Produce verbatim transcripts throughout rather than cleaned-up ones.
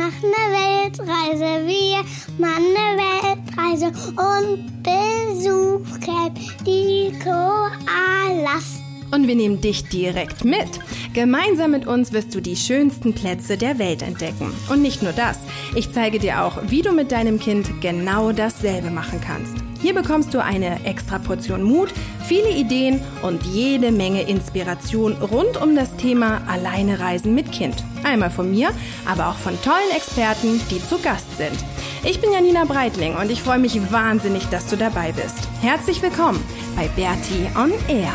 machen eine Weltreise. Wir machen eine Weltreise und besuchen die Koalas. Und wir nehmen dich direkt mit. Gemeinsam mit uns wirst du die schönsten Plätze der Welt entdecken. Und nicht nur das, ich zeige dir auch, wie du mit deinem Kind genau dasselbe machen kannst. Hier bekommst du eine extra Portion Mut, viele Ideen und jede Menge Inspiration rund um das Thema Alleine reisen mit Kind. Einmal von mir, aber auch von tollen Experten, die zu Gast sind. Ich bin Janina Breitling und ich freue mich wahnsinnig, dass du dabei bist. Herzlich willkommen bei Berti on Air.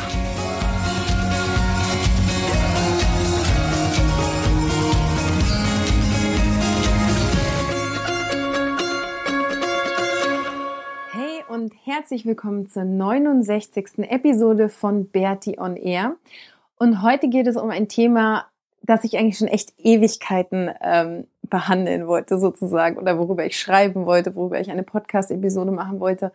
Und herzlich willkommen zur neunundsechzigsten Episode von Berti on Air. Und heute geht es um ein Thema, das ich eigentlich schon echt Ewigkeiten ähm, behandeln wollte sozusagen oder worüber ich schreiben wollte, worüber ich eine Podcast-Episode machen wollte.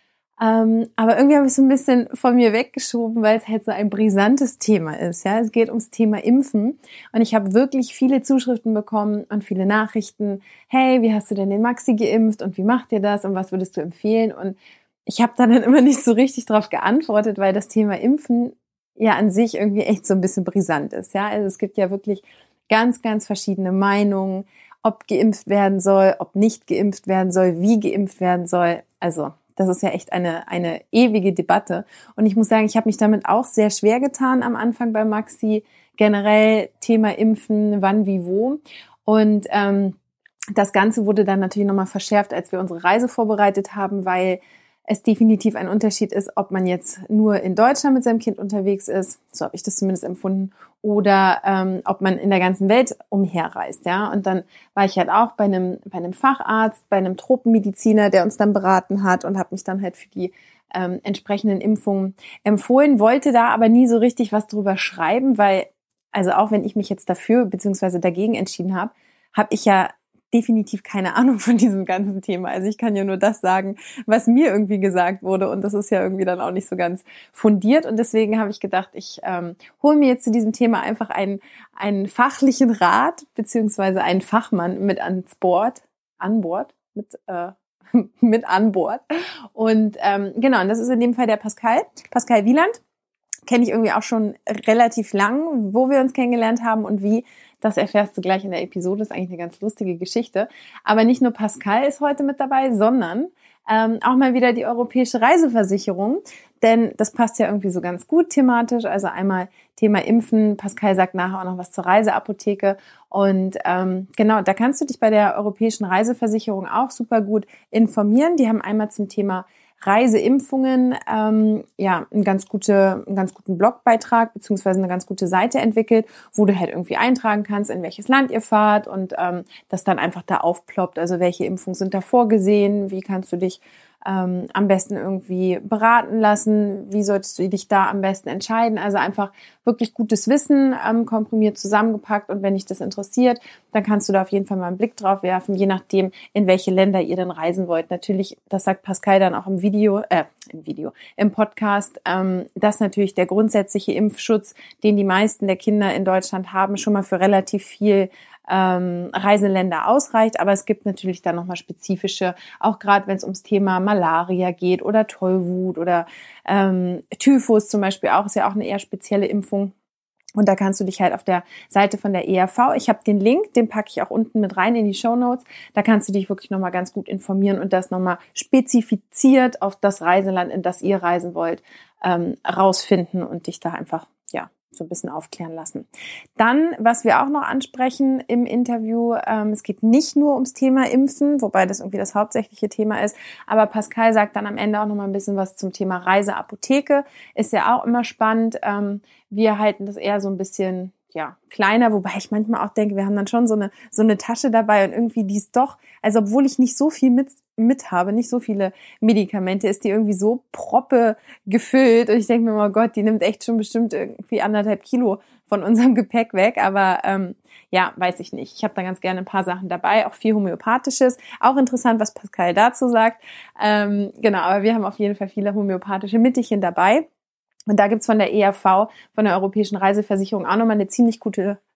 Ähm, aber irgendwie habe ich so ein bisschen von mir weggeschoben, weil es halt so ein brisantes Thema ist. Ja, es geht ums Thema Impfen und ich habe wirklich viele Zuschriften bekommen und viele Nachrichten. Hey, wie hast du denn den Maxi geimpft und wie macht ihr das und was würdest du empfehlen? Und ich habe da dann immer nicht so richtig drauf geantwortet, weil das Thema Impfen ja an sich irgendwie echt so ein bisschen brisant ist. Ja, also es gibt ja wirklich ganz, ganz verschiedene Meinungen, ob geimpft werden soll, ob nicht geimpft werden soll, wie geimpft werden soll. Also das ist ja echt eine eine ewige Debatte. Und ich muss sagen, ich habe mich damit auch sehr schwer getan am Anfang bei Maxi. Generell Thema Impfen, wann, wie, wo. Und ähm, das Ganze wurde dann natürlich nochmal verschärft, als wir unsere Reise vorbereitet haben, weil es definitiv ein Unterschied ist, ob man jetzt nur in Deutschland mit seinem Kind unterwegs ist, so habe ich das zumindest empfunden, oder ähm, ob man in der ganzen Welt umherreist, ja. Und dann war ich halt auch bei einem bei einem Facharzt, bei einem Tropenmediziner, der uns dann beraten hat und habe mich dann halt für die ähm, entsprechenden Impfungen empfohlen, wollte da aber nie so richtig was drüber schreiben, weil, also auch wenn ich mich jetzt dafür beziehungsweise dagegen entschieden habe, habe ich ja definitiv keine Ahnung von diesem ganzen Thema. Also ich kann ja nur das sagen, was mir irgendwie gesagt wurde und das ist ja irgendwie dann auch nicht so ganz fundiert und deswegen habe ich gedacht, ich ähm, hole mir jetzt zu diesem Thema einfach einen, einen fachlichen Rat beziehungsweise einen Fachmann mit ans Bord, an Bord, mit äh, mit an Bord und ähm, genau, und das ist in dem Fall der Pascal, Pascal Wieland. Kenne ich irgendwie auch schon relativ lang, wo wir uns kennengelernt haben und wie, das erfährst du gleich in der Episode. Das ist eigentlich eine ganz lustige Geschichte. Aber nicht nur Pascal ist heute mit dabei, sondern ähm, auch mal wieder die Europäische Reiseversicherung. Denn das passt ja irgendwie so ganz gut thematisch. Also einmal Thema Impfen. Pascal sagt nachher auch noch was zur Reiseapotheke. Und ähm, genau, da kannst du dich bei der Europäischen Reiseversicherung auch super gut informieren. Die haben einmal zum Thema Reiseimpfungen, ähm, ja, einen ganz gute, einen ganz guten Blogbeitrag beziehungsweise eine ganz gute Seite entwickelt, wo du halt irgendwie eintragen kannst, in welches Land ihr fahrt und ähm, das dann einfach da aufploppt. Also welche Impfungen sind da vorgesehen, wie kannst du dich ähm, am besten irgendwie beraten lassen, wie solltest du dich da am besten entscheiden. Also einfach wirklich gutes Wissen ähm, komprimiert zusammengepackt und wenn dich das interessiert, dann kannst du da auf jeden Fall mal einen Blick drauf werfen, je nachdem, in welche Länder ihr denn reisen wollt. Natürlich, das sagt Pascal dann auch im Video, äh, im Video, im Podcast, ähm, dass natürlich der grundsätzliche Impfschutz, den die meisten der Kinder in Deutschland haben, schon mal für relativ viel ähm, Reiseländer ausreicht, aber es gibt natürlich dann nochmal spezifische, auch gerade wenn es ums Thema Malaria geht oder Tollwut oder ähm, Typhus zum Beispiel auch, ist ja auch eine eher spezielle Impfung. Und da kannst du dich halt auf der Seite von der E R V, ich habe den Link, den packe ich auch unten mit rein in die Shownotes, da kannst du dich wirklich nochmal ganz gut informieren und das nochmal spezifiziert auf das Reiseland, in das ihr reisen wollt, ähm, rausfinden und dich da einfach, ja, so ein bisschen aufklären lassen. Dann, was wir auch noch ansprechen im Interview, ähm, es geht nicht nur ums Thema Impfen, wobei das irgendwie das hauptsächliche Thema ist, aber Pascal sagt dann am Ende auch noch mal ein bisschen was zum Thema Reiseapotheke. Ist ja auch immer spannend. Ähm, wir halten das eher so ein bisschen ja kleiner, wobei ich manchmal auch denke, wir haben dann schon so eine so eine Tasche dabei und irgendwie die ist doch, also obwohl ich nicht so viel mit mit habe, nicht so viele Medikamente, ist die irgendwie so proppe gefüllt und ich denke mir, oh Gott, die nimmt echt schon bestimmt irgendwie anderthalb Kilo von unserem Gepäck weg, aber ähm, ja, weiß ich nicht. Ich habe da ganz gerne ein paar Sachen dabei, auch viel Homöopathisches. Auch interessant, was Pascal dazu sagt. Ähm, genau, aber wir haben auf jeden Fall viele homöopathische Mittelchen dabei. Und da gibt's von der E R V, von der Europäischen Reiseversicherung, auch nochmal eine ziemlich gute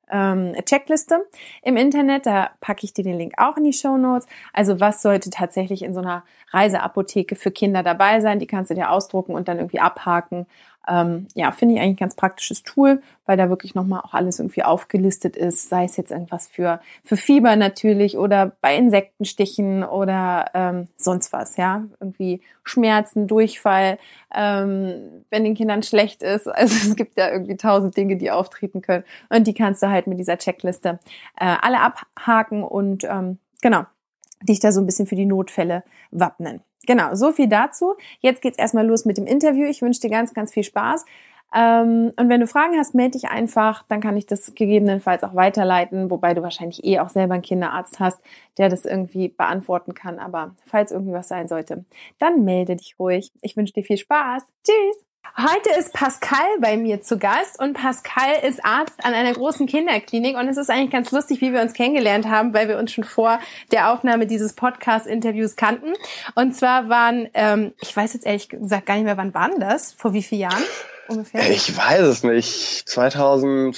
ähm, Checkliste im Internet. Da packe ich dir den Link auch in die Shownotes. Also was sollte tatsächlich in so einer Reiseapotheke für Kinder dabei sein? Die kannst du dir ausdrucken und dann irgendwie abhaken. Ähm, ja, finde ich eigentlich ein ganz praktisches Tool, weil da wirklich nochmal auch alles irgendwie aufgelistet ist, sei es jetzt irgendwas für für Fieber natürlich oder bei Insektenstichen oder ähm, sonst was, ja, irgendwie Schmerzen, Durchfall, ähm, wenn den Kindern schlecht ist. Also es gibt ja irgendwie tausend Dinge, die auftreten können und die kannst du halt mit dieser Checkliste äh, alle abhaken und ähm, genau, dich da so ein bisschen für die Notfälle wappnen. Genau, so viel dazu. Jetzt geht's erstmal los mit dem Interview. Ich wünsche dir ganz, ganz viel Spaß. Ähm, und wenn du Fragen hast, melde dich einfach. Dann kann ich das gegebenenfalls auch weiterleiten, wobei du wahrscheinlich eh auch selber einen Kinderarzt hast, der das irgendwie beantworten kann. Aber falls irgendwie was sein sollte, dann melde dich ruhig. Ich wünsche dir viel Spaß. Tschüss! Heute ist Pascal bei mir zu Gast und Pascal ist Arzt an einer großen Kinderklinik und es ist eigentlich ganz lustig, wie wir uns kennengelernt haben, weil wir uns schon vor der Aufnahme dieses Podcast-Interviews kannten. Und zwar waren, ähm, ich weiß jetzt ehrlich gesagt gar nicht mehr, wann waren das? Vor wie vielen Jahren ungefähr? Ich weiß es nicht. zwanzig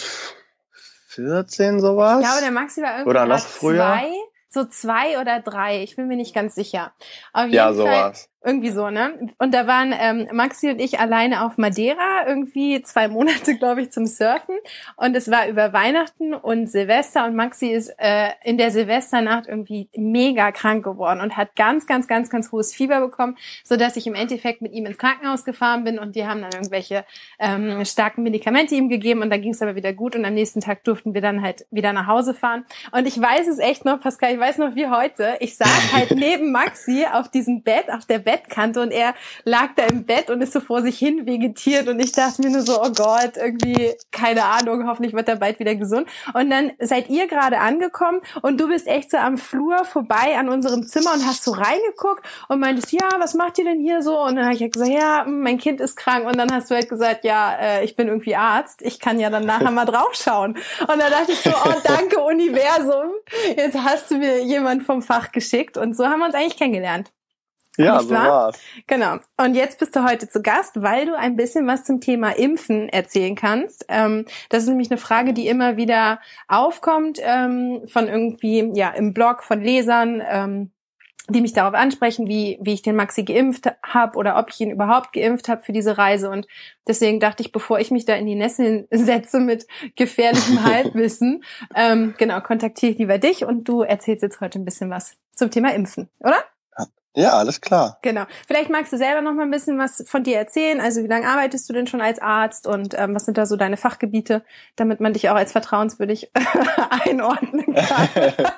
vierzehn sowas? Ich glaube, der Maxi war irgendwie oder noch früher. zwei, so zwei oder drei. Ich bin mir nicht ganz sicher. Auf jeden Ja, Fall, sowas. irgendwie so, ne? Und da waren ähm, Maxi und ich alleine auf Madeira, irgendwie zwei Monate, glaube ich, zum Surfen. Und es war über Weihnachten und Silvester und Maxi ist äh, in der Silvesternacht irgendwie mega krank geworden und hat ganz, ganz, ganz, ganz hohes Fieber bekommen, sodass ich im Endeffekt mit ihm ins Krankenhaus gefahren bin und die haben dann irgendwelche ähm, starken Medikamente ihm gegeben und dann ging es aber wieder gut und am nächsten Tag durften wir dann halt wieder nach Hause fahren. Und ich weiß es echt noch, Pascal, ich weiß noch wie heute, ich saß halt neben Maxi auf diesem Bett, auf der Bettkante und er lag da im Bett und ist so vor sich hin vegetiert und ich dachte mir nur so, oh Gott, irgendwie, keine Ahnung, hoffentlich wird er bald wieder gesund. Und dann seid ihr gerade angekommen und du bist echt so am Flur vorbei an unserem Zimmer und hast so reingeguckt und meintest, ja, was macht ihr denn hier so? Und dann habe ich halt gesagt, ja, mein Kind ist krank. Und dann hast du halt gesagt, ja, äh, ich bin irgendwie Arzt, ich kann ja dann nachher mal draufschauen. Und dann dachte ich so, oh, danke Universum, jetzt hast du mir jemand vom Fach geschickt und so haben wir uns eigentlich kennengelernt. Ja, Nicht so wahr? war's. Genau. Und jetzt bist du heute zu Gast, weil du ein bisschen was zum Thema Impfen erzählen kannst. Ähm, das ist nämlich eine Frage, die immer wieder aufkommt ähm, von irgendwie, ja, im Blog von Lesern, ähm, die mich darauf ansprechen, wie wie ich den Maxi geimpft habe oder ob ich ihn überhaupt geimpft habe für diese Reise. Und deswegen dachte ich, bevor ich mich da in die Nesseln setze mit gefährlichem Halbwissen, ähm, genau, kontaktiere ich lieber dich und du erzählst jetzt heute ein bisschen was zum Thema Impfen, oder? Ja, alles klar. Genau. Vielleicht magst du selber noch mal ein bisschen was von dir erzählen. Also wie lange arbeitest du denn schon als Arzt und ähm, was sind da so deine Fachgebiete, damit man dich auch als vertrauenswürdig einordnen kann?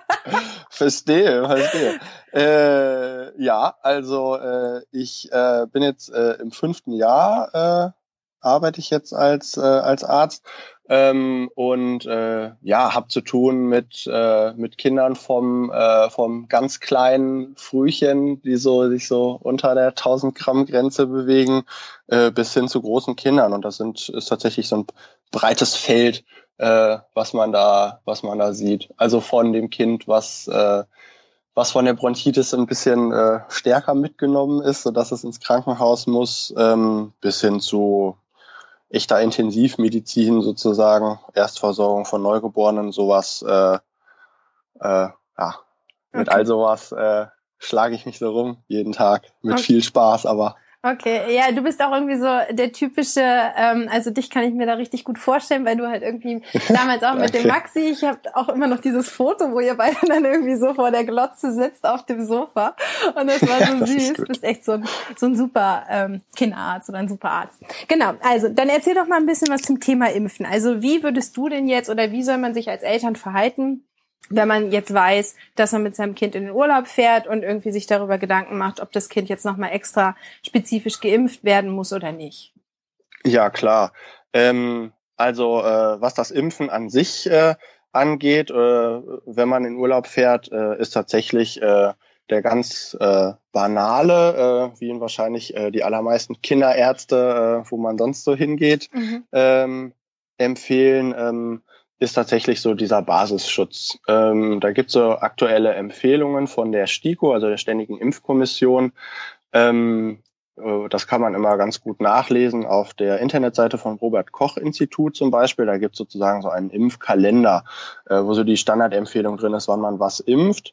Verstehe, verstehe. Äh, ja, also äh, ich äh, bin jetzt äh, im fünften Jahr, äh, arbeite ich jetzt als äh, als Arzt. Ähm, und äh, ja, habe zu tun mit äh, mit Kindern vom äh, vom ganz kleinen Frühchen, die so sich so unter der tausend Gramm Grenze bewegen, äh, bis hin zu großen Kindern. Und das sind ist tatsächlich so ein breites Feld, äh, was man da was man da sieht. Also von dem Kind, was äh, was von der Bronchitis ein bisschen äh, stärker mitgenommen ist, sodass es ins Krankenhaus muss, ähm, bis hin zu echter Intensivmedizin sozusagen, Erstversorgung von Neugeborenen, sowas, äh, äh, ja, mit Okay. all sowas äh, schlage ich mich so rum, jeden Tag, mit Okay. viel Spaß, aber Okay, ja, du bist auch irgendwie so der typische, ähm, also dich kann ich mir da richtig gut vorstellen, weil du halt irgendwie damals auch mit dem Maxi, ich habe auch immer noch dieses Foto, wo ihr beide dann irgendwie so vor der Glotze sitzt auf dem Sofa und das war so Das ist süß, du gut. bist echt so ein, so ein super ähm, Kinderarzt oder ein super Arzt. Genau, also dann erzähl doch mal ein bisschen was zum Thema Impfen. Also wie würdest du denn jetzt oder wie soll man sich als Eltern verhalten, wenn man jetzt weiß, dass man mit seinem Kind in den Urlaub fährt und irgendwie sich darüber Gedanken macht, ob das Kind jetzt nochmal extra spezifisch geimpft werden muss oder nicht? Ja, klar. Ähm, also äh, was das Impfen an sich äh, angeht, äh, wenn man in Urlaub fährt, äh, ist tatsächlich äh, der ganz äh, banale, äh, wie ihn wahrscheinlich äh, die allermeisten Kinderärzte, äh, wo man sonst so hingeht, Mhm. ähm, empfehlen, ähm, ist tatsächlich so dieser Basisschutz. Ähm, da gibt es so aktuelle Empfehlungen von der STIKO, also der Ständigen Impfkommission, ähm, Das kann man immer ganz gut nachlesen auf der Internetseite vom Robert-Koch-Institut zum Beispiel. Da gibt es sozusagen so einen Impfkalender, wo so die Standardempfehlung drin ist, wann man was impft.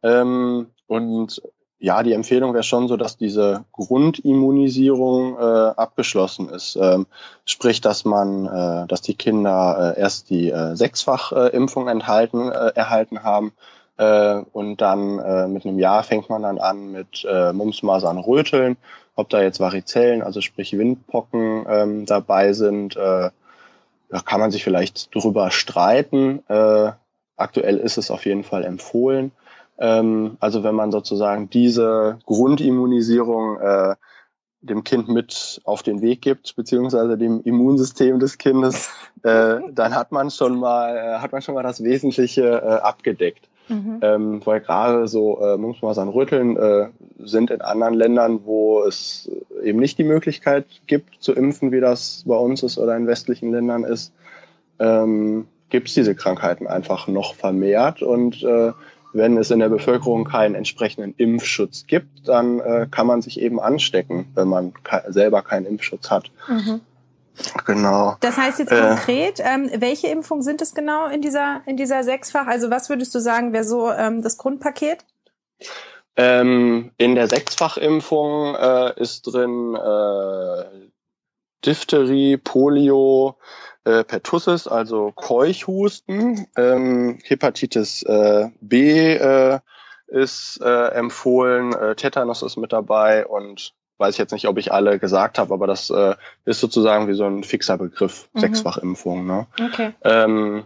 Und ja, die Empfehlung wäre schon so, dass diese Grundimmunisierung abgeschlossen ist. Sprich, dass man, dass die Kinder erst die Sechsfachimpfung enthalten, erhalten haben. Und dann mit einem Jahr fängt man dann an mit Mumps, Masern, Röteln. Ob da jetzt Varizellen, also sprich Windpocken ähm, dabei sind, äh, da kann man sich vielleicht drüber streiten. Äh, aktuell ist es auf jeden Fall empfohlen. Ähm, also wenn man sozusagen diese Grundimmunisierung äh, dem Kind mit auf den Weg gibt, beziehungsweise dem Immunsystem des Kindes, äh, dann hat man schon mal, äh, hat man schon mal das Wesentliche äh, abgedeckt. Mhm. Ähm, weil gerade so äh, Mumps, Masern, Röteln äh, sind in anderen Ländern, wo es eben nicht die Möglichkeit gibt zu impfen, wie das bei uns ist oder in westlichen Ländern ist, ähm, gibt es diese Krankheiten einfach noch vermehrt. Und äh, wenn es in der Bevölkerung keinen entsprechenden Impfschutz gibt, dann äh, kann man sich eben anstecken, wenn man ke- selber keinen Impfschutz hat. Mhm. Genau. Das heißt jetzt konkret, äh, ähm, welche Impfungen sind es genau in dieser in dieser Sechsfach? Also was würdest du sagen, wäre so ähm, das Grundpaket? Ähm, in der Sechsfachimpfung äh, ist drin äh, Diphtherie, Polio, äh, Pertussis, also Keuchhusten, ähm, Hepatitis äh, B äh, ist äh, empfohlen, äh, Tetanus ist mit dabei und weiß ich jetzt nicht, ob ich alle gesagt habe, aber das äh, ist sozusagen wie so ein fixer Begriff, mhm. Sechsfachimpfung. Ne? Okay. Ähm,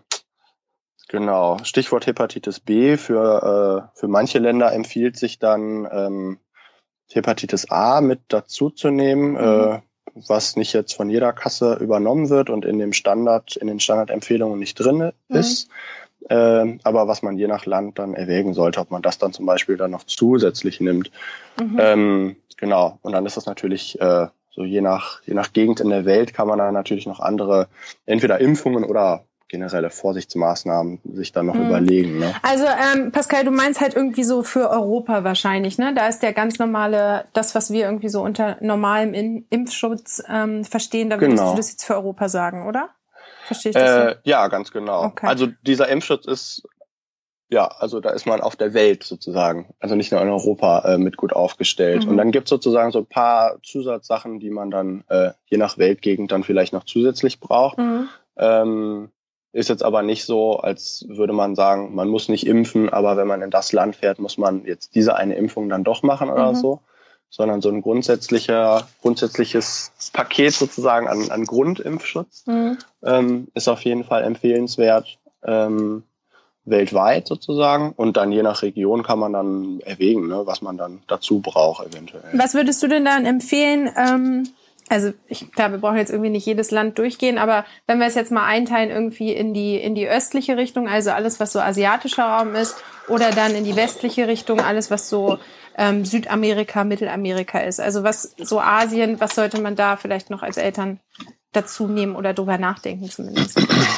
genau, Stichwort Hepatitis B. Für äh, für manche Länder empfiehlt sich dann ähm, Hepatitis A mit dazu zu nehmen, mhm. äh, was nicht jetzt von jeder Kasse übernommen wird und in dem Standard, in den Standardempfehlungen nicht drin ist. Mhm. Äh, aber was man je nach Land dann erwägen sollte, ob man das dann zum Beispiel dann noch zusätzlich nimmt. Mhm. Ähm, Genau, und dann ist das natürlich äh, so je nach je nach Gegend in der Welt kann man dann natürlich noch andere, entweder Impfungen oder generelle Vorsichtsmaßnahmen sich dann noch mhm. überlegen. Ne? Also ähm, Pascal, du meinst halt irgendwie so für Europa wahrscheinlich, ne? Da ist der ganz normale, das, was wir irgendwie so unter normalem In- Impfschutz ähm, verstehen, da würdest genau. du das jetzt für Europa sagen, oder? Verstehe ich das äh, so? Ja, ganz genau. Okay. Also dieser Impfschutz ist Ja, also da ist man auf der Welt sozusagen, also nicht nur in Europa äh, mit gut aufgestellt. Mhm. Und dann gibt's sozusagen so ein paar Zusatzsachen, die man dann äh, je nach Weltgegend dann vielleicht noch zusätzlich braucht. Mhm. Ähm, ist jetzt aber nicht so, als würde man sagen, man muss nicht impfen, aber wenn man in das Land fährt, muss man jetzt diese eine Impfung dann doch machen oder mhm. so. Sondern so ein grundsätzlicher, grundsätzliches Paket sozusagen an, an Grundimpfschutz mhm. ähm, ist auf jeden Fall empfehlenswert. Ähm, weltweit sozusagen und dann je nach Region kann man dann erwägen, ne, was man dann dazu braucht eventuell. Was würdest du denn dann empfehlen? Ähm, also ich glaube, wir brauchen jetzt irgendwie nicht jedes Land durchgehen, aber wenn wir es jetzt mal einteilen irgendwie in die in die östliche Richtung, also alles, was so asiatischer Raum ist, oder dann in die westliche Richtung, alles, was so ähm, Südamerika, Mittelamerika ist. Also was so Asien, was sollte man da vielleicht noch als Eltern dazu nehmen oder drüber nachdenken zumindest?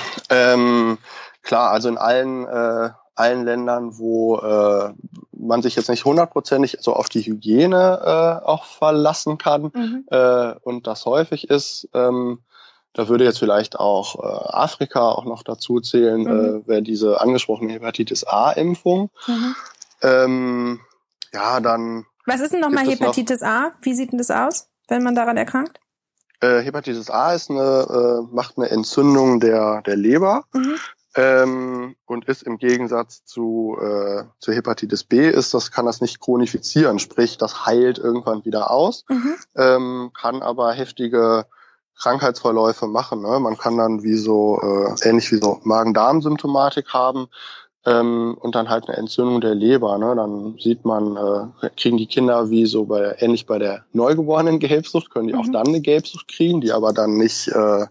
Ähm, klar, also in allen äh, allen Ländern, wo äh, man sich jetzt nicht hundertprozentig so auf die Hygiene äh, auch verlassen kann mhm. äh, und das häufig ist, ähm, da würde jetzt vielleicht auch äh, Afrika auch noch dazu zählen, mhm. äh, wäre diese angesprochene Hepatitis A-Impfung. Mhm. Ähm, ja, dann. Was ist denn nochmal Hepatitis noch, A? Wie sieht denn das aus, wenn man daran erkrankt? Äh, Hepatitis A ist eine, äh, macht eine Entzündung der der Leber. Mhm. Ähm, und ist im Gegensatz zu äh, zu Hepatitis B ist das kann das nicht chronifizieren, sprich das heilt irgendwann wieder aus, mhm. ähm, kann aber heftige Krankheitsverläufe machen. Ne? Man kann dann wie so äh, ähnlich wie so Magen-Darm-Symptomatik haben ähm, und dann halt eine Entzündung der Leber. Ne? Dann sieht man, äh, kriegen die Kinder wie so bei ähnlich bei der neugeborenen Gelbsucht, können die mhm. auch dann eine Gelbsucht kriegen, die aber dann nicht äh,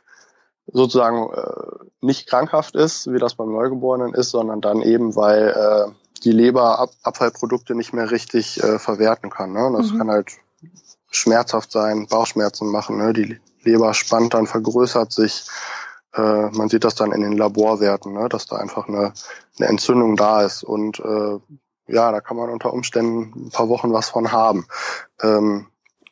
sozusagen äh, nicht krankhaft ist, wie das beim Neugeborenen ist, sondern dann eben, weil äh, die Leber Ab- Abfallprodukte nicht mehr richtig äh, verwerten kann. Ne? Das mhm. kann halt schmerzhaft sein, Bauchschmerzen machen. Ne? Die Leber spannt dann, vergrößert sich. Äh, man sieht das dann in den Laborwerten, ne? Dass da einfach eine, eine Entzündung da ist. Und äh, ja, da kann man unter Umständen ein paar Wochen was von haben. Ähm,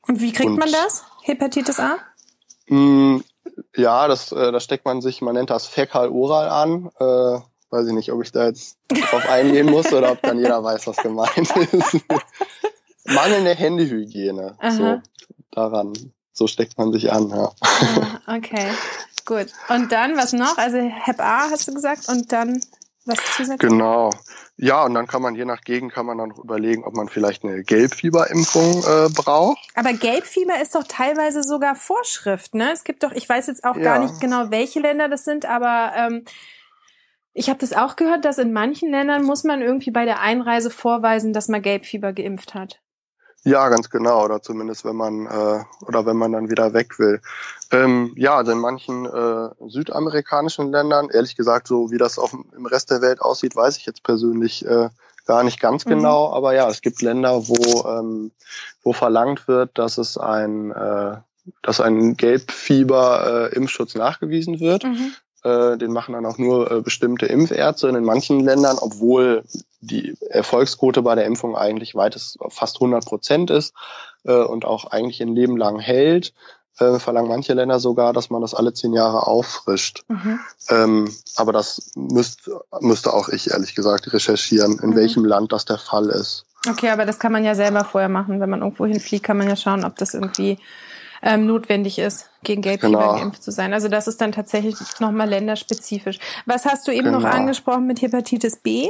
Und wie kriegt Und, man das, Hepatitis A? Mh, ja, das, äh, das steckt man sich, man nennt das fäkal-oral an. Äh, weiß ich nicht, ob ich da jetzt drauf eingehen muss oder ob dann jeder weiß, was gemeint ist. Mangelnde Händehygiene. Aha. So, daran, so steckt man sich an, ja. Ah, okay, gut. Und dann, was noch? Also Hep A hast du gesagt und dann was zusätzlich? Genau. Ja, und dann kann man, je nach Gegend, kann man dann noch überlegen, ob man vielleicht eine Gelbfieberimpfung äh, braucht. Aber Gelbfieber ist doch teilweise sogar Vorschrift, ne? Es gibt doch, ich weiß jetzt auch Ja. gar nicht genau, welche Länder das sind, aber ähm, ich habe das auch gehört, dass in manchen Ländern muss man irgendwie bei der Einreise vorweisen, dass man Gelbfieber geimpft hat. Ja, ganz genau, oder zumindest wenn man äh, oder wenn man dann wieder weg will. Ähm, ja, also in manchen äh, südamerikanischen Ländern, ehrlich gesagt, so wie das auf, im Rest der Welt aussieht, weiß ich jetzt persönlich äh, gar nicht ganz Mhm. genau. Aber ja, es gibt Länder, wo ähm, wo verlangt wird, dass es ein äh, dass ein Gelbfieber-Impfschutz nachgewiesen wird. Mhm. Äh, den machen dann auch nur äh, bestimmte Impfärzte. Und in manchen Ländern, obwohl die Erfolgsquote bei der Impfung eigentlich weites fast hundert Prozent ist äh, und auch eigentlich ein Leben lang hält, äh, verlangen manche Länder sogar, dass man das alle zehn Jahre auffrischt. Mhm. Ähm, aber das müsst, müsste auch ich ehrlich gesagt recherchieren, in Mhm. welchem Land das der Fall ist. Okay, aber das kann man ja selber vorher machen. Wenn man irgendwo hinfliegt, kann man ja schauen, ob das irgendwie ähm, notwendig ist, gegen Gelbfieber Genau. geimpft zu sein. Also das ist dann tatsächlich nochmal länderspezifisch. Was hast du eben Genau. noch angesprochen mit Hepatitis B?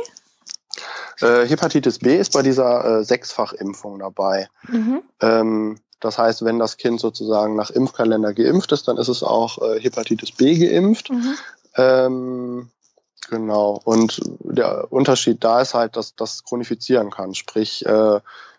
Äh, Hepatitis B ist bei dieser äh, Sechsfachimpfung dabei. Mhm. Ähm, das heißt, wenn das Kind sozusagen nach Impfkalender geimpft ist, dann ist es auch äh, Hepatitis B geimpft. Mhm. Ähm, genau. Und der Unterschied da ist halt, dass das chronifizieren kann. Sprich, äh,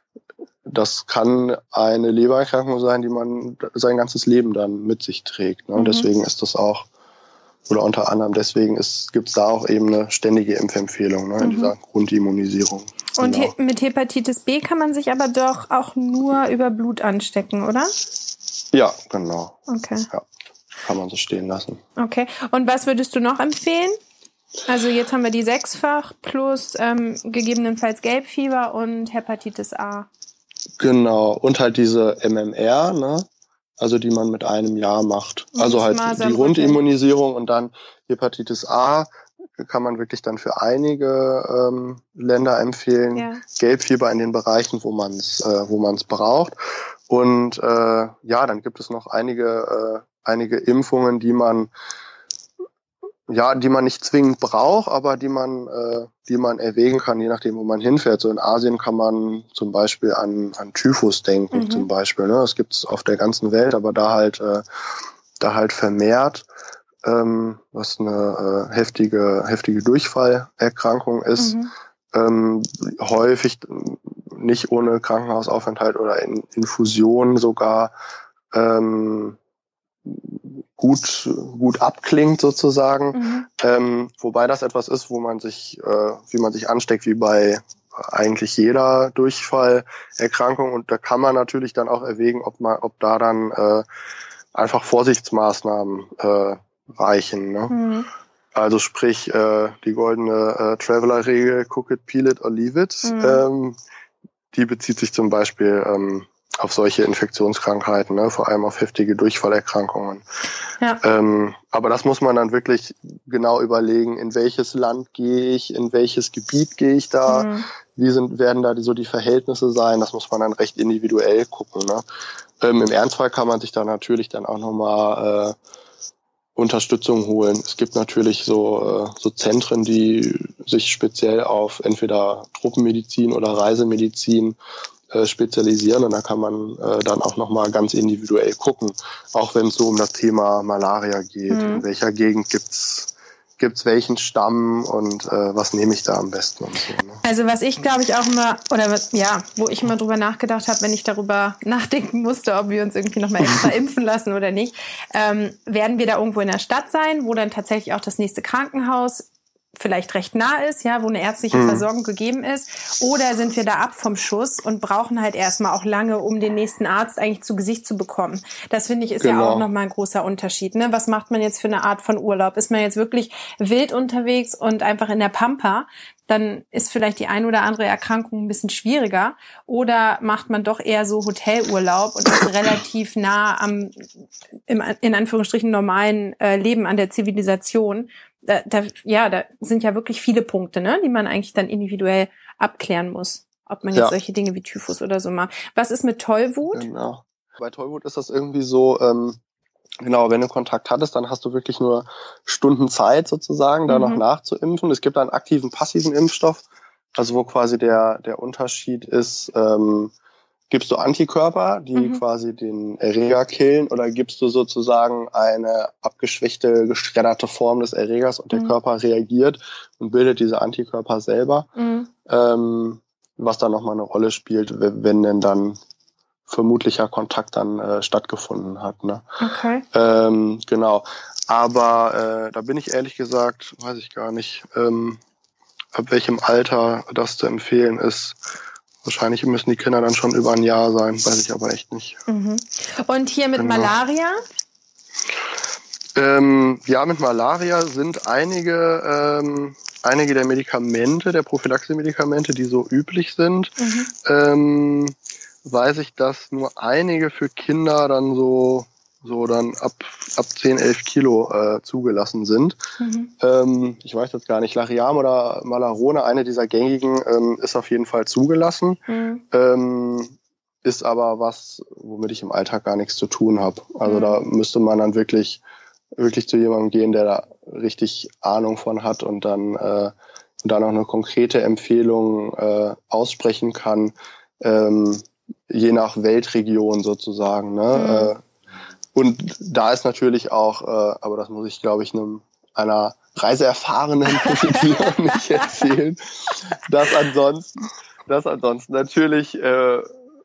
das kann eine Lebererkrankung sein, die man sein ganzes Leben dann mit sich trägt. Ne? Und Mhm. deswegen ist das auch, oder unter anderem deswegen gibt es da auch eben eine ständige Impfempfehlung, ne, in Mhm. dieser Grundimmunisierung. Und Genau. he- mit Hepatitis B kann man sich aber doch auch nur über Blut anstecken, oder? Ja, genau. Okay. Ja, kann man so stehen lassen. Okay. Und was würdest du noch empfehlen? Also jetzt haben wir die Sechsfach plus ähm, gegebenenfalls Gelbfieber und Hepatitis A. Genau. Und halt diese M M R, ne? Also die man mit einem Jahr macht. Also halt Masern, die Grundimmunisierung und dann Hepatitis A kann man wirklich dann für einige ähm, Länder empfehlen. Ja. Gelbfieber in den Bereichen, wo man es äh, wo man es braucht. Und äh, ja, dann gibt es noch einige äh, einige Impfungen, die man ja, die man nicht zwingend braucht, aber die man, äh, die man erwägen kann, je nachdem, wo man hinfährt. So in Asien kann man zum Beispiel an, an Typhus denken, Mhm. zum Beispiel. Ne? Das gibt's auf der ganzen Welt, aber da halt, äh, da halt vermehrt, ähm, was eine äh, heftige, heftige Durchfallerkrankung ist. Mhm. Ähm, häufig nicht ohne Krankenhausaufenthalt oder in Infusion sogar ähm, gut gut abklingt sozusagen, Mhm. ähm, wobei das etwas ist, wo man sich, äh, wie man sich ansteckt, wie bei eigentlich jeder Durchfallerkrankung, und da kann man natürlich dann auch erwägen, ob man, ob da dann äh, einfach Vorsichtsmaßnahmen äh, reichen. Ne? Mhm. Also sprich äh, die goldene äh, Traveler-Regel, cook it, peel it or leave it, Mhm. ähm, die bezieht sich zum Beispiel ähm, auf solche Infektionskrankheiten, ne, vor allem auf heftige Durchfallerkrankungen. Ja. Ähm, aber das muss man dann wirklich genau überlegen, in welches Land gehe ich, in welches Gebiet gehe ich da, Mhm. wie sind, werden da die, so die Verhältnisse sein, das muss man dann recht individuell gucken. Ne? Ähm, Im Ernstfall kann man sich da natürlich dann auch nochmal äh, Unterstützung holen. Es gibt natürlich so, äh, so Zentren, die sich speziell auf entweder Truppenmedizin oder Reisemedizin äh, spezialisieren, und da kann man äh, dann auch nochmal ganz individuell gucken, auch wenn es so um das Thema Malaria geht. Mhm. In welcher Gegend gibt's gibt's welchen Stamm und äh, was nehme ich da am besten und so. Ne? Also was ich glaube ich auch immer, oder was- ja, wo ich immer drüber nachgedacht habe, wenn ich darüber nachdenken musste, ob wir uns irgendwie nochmal extra impfen lassen oder nicht, ähm, werden wir da irgendwo in der Stadt sein, wo dann tatsächlich auch das nächste Krankenhaus vielleicht recht nah ist, ja, wo eine ärztliche Mhm. Versorgung gegeben ist, oder sind wir da ab vom Schuss und brauchen halt erstmal auch lange, um den nächsten Arzt eigentlich zu Gesicht zu bekommen. Das finde ich ist ja Genau. auch nochmal ein großer Unterschied, ne? Was macht man jetzt für eine Art von Urlaub? Ist man jetzt wirklich wild unterwegs und einfach in der Pampa, dann ist vielleicht die ein oder andere Erkrankung ein bisschen schwieriger. Oder macht man doch eher so Hotelurlaub und ist relativ nah am, im, in Anführungsstrichen, normalen äh, Leben an der Zivilisation. Da, da, ja, da sind ja wirklich viele Punkte, ne, die man eigentlich dann individuell abklären muss. Ob man jetzt ja. solche Dinge wie Typhus oder so macht. Was ist mit Tollwut? Genau. Bei Tollwut ist das irgendwie so, ähm, genau, wenn du Kontakt hattest, dann hast du wirklich nur Stunden Zeit sozusagen, da mhm. noch nachzuimpfen. Es gibt einen aktiven, passiven Impfstoff, also wo quasi der der Unterschied ist, ähm, gibst du Antikörper, die mhm. quasi den Erreger killen, oder gibst du sozusagen eine abgeschwächte, geschredderte Form des Erregers und der mhm. Körper reagiert und bildet diese Antikörper selber, mhm. ähm, was dann nochmal eine Rolle spielt, wenn denn dann vermutlicher Kontakt dann äh, stattgefunden hat. Ne? Okay. Ähm, genau. Aber äh, da bin ich ehrlich gesagt, weiß ich gar nicht, ähm, ab welchem Alter das zu empfehlen ist. Wahrscheinlich müssen die Kinder dann schon über ein Jahr sein, weiß ich aber echt nicht. Mhm. Und hier mit genau. Malaria? Ähm, ja, mit Malaria sind einige ähm, einige der Medikamente, der Prophylaxe-Medikamente, die so üblich sind, mhm. ähm, weiß ich, dass nur einige für Kinder dann so so dann ab ab zehn, elf Kilo äh, zugelassen sind. Mhm. Ähm, ich weiß jetzt gar nicht, Lariam oder Malarone, eine dieser gängigen, ähm, ist auf jeden Fall zugelassen. Mhm. Ähm, ist aber was, womit ich im Alltag gar nichts zu tun habe. Also mhm. da müsste man dann wirklich wirklich zu jemandem gehen, der da richtig Ahnung von hat und dann äh, und dann auch eine konkrete Empfehlung äh, aussprechen kann, ähm, je nach Weltregion sozusagen. Ne? Mhm. Äh, und da ist natürlich auch, äh, aber das muss ich, glaube ich, einem einer reiseerfahrenen Profitierer nicht erzählen, dass ansonsten, dass ansonsten natürlich äh,